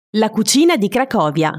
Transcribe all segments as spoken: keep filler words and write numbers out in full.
La cucina di Cracovia.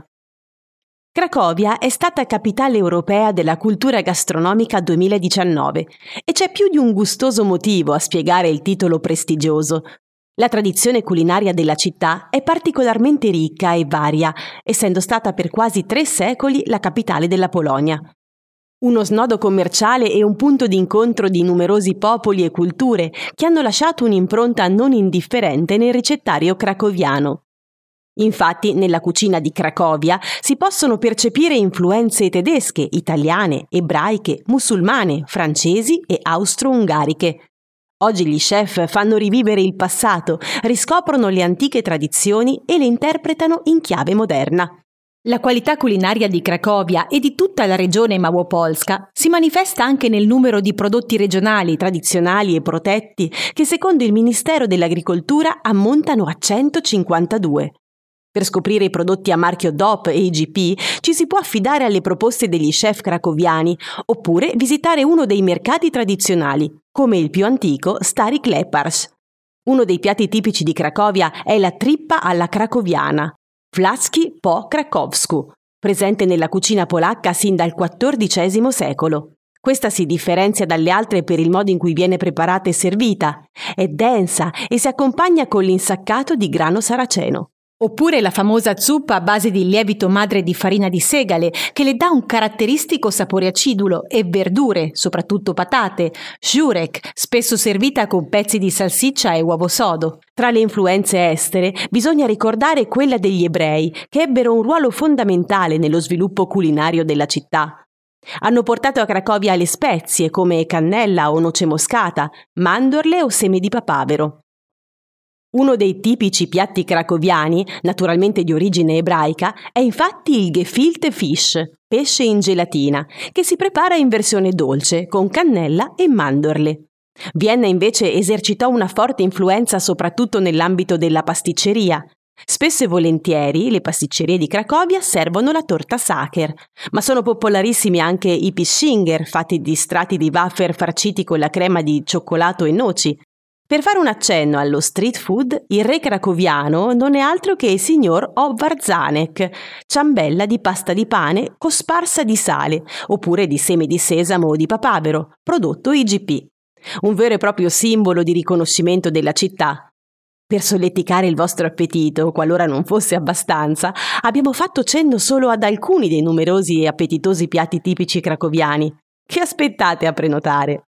Cracovia è stata capitale europea della cultura gastronomica duemiladiciannove e c'è più di un gustoso motivo a spiegare il titolo prestigioso. La tradizione culinaria della città è particolarmente ricca e varia, essendo stata per quasi tre secoli la capitale della Polonia. Uno snodo commerciale e un punto di incontro di numerosi popoli e culture che hanno lasciato un'impronta non indifferente nel ricettario cracoviano. Infatti, nella cucina di Cracovia si possono percepire influenze tedesche, italiane, ebraiche, musulmane, francesi e austro-ungariche. Oggi gli chef fanno rivivere il passato, riscoprono le antiche tradizioni e le interpretano in chiave moderna. La qualità culinaria di Cracovia e di tutta la regione Małopolska si manifesta anche nel numero di prodotti regionali, tradizionali e protetti che secondo il Ministero dell'Agricoltura ammontano a centocinquantadue. Per scoprire i prodotti a marchio D O P e I G P ci si può affidare alle proposte degli chef cracoviani oppure visitare uno dei mercati tradizionali, come il più antico Stary Klepars. Uno dei piatti tipici di Cracovia è la trippa alla cracoviana, Placki po krakowsku, presente nella cucina polacca sin dal quattordicesimo secolo. Questa si differenzia dalle altre per il modo in cui viene preparata e servita. È densa e si accompagna con l'insaccato di grano saraceno. Oppure la famosa zuppa a base di lievito madre di farina di segale, che le dà un caratteristico sapore acidulo, e verdure, soprattutto patate, żurek, spesso servita con pezzi di salsiccia e uovo sodo. Tra le influenze estere bisogna ricordare quella degli ebrei, che ebbero un ruolo fondamentale nello sviluppo culinario della città. Hanno portato a Cracovia le spezie come cannella o noce moscata, mandorle o seme di papavero. Uno dei tipici piatti cracoviani, naturalmente di origine ebraica, è infatti il gefilte fish, pesce in gelatina, che si prepara in versione dolce, con cannella e mandorle. Vienna invece esercitò una forte influenza soprattutto nell'ambito della pasticceria. Spesso e volentieri le pasticcerie di Cracovia servono la torta Sacher, ma sono popolarissimi anche i Pischinger, fatti di strati di wafer farciti con la crema di cioccolato e noci. Per fare un accenno allo street food, il re cracoviano non è altro che il signor Ovarzanek, ciambella di pasta di pane cosparsa di sale, oppure di seme di sesamo o di papavero, prodotto I G P. Un vero e proprio simbolo di riconoscimento della città. Per solleticare il vostro appetito, qualora non fosse abbastanza, abbiamo fatto cenno solo ad alcuni dei numerosi e appetitosi piatti tipici cracoviani. Che aspettate a prenotare?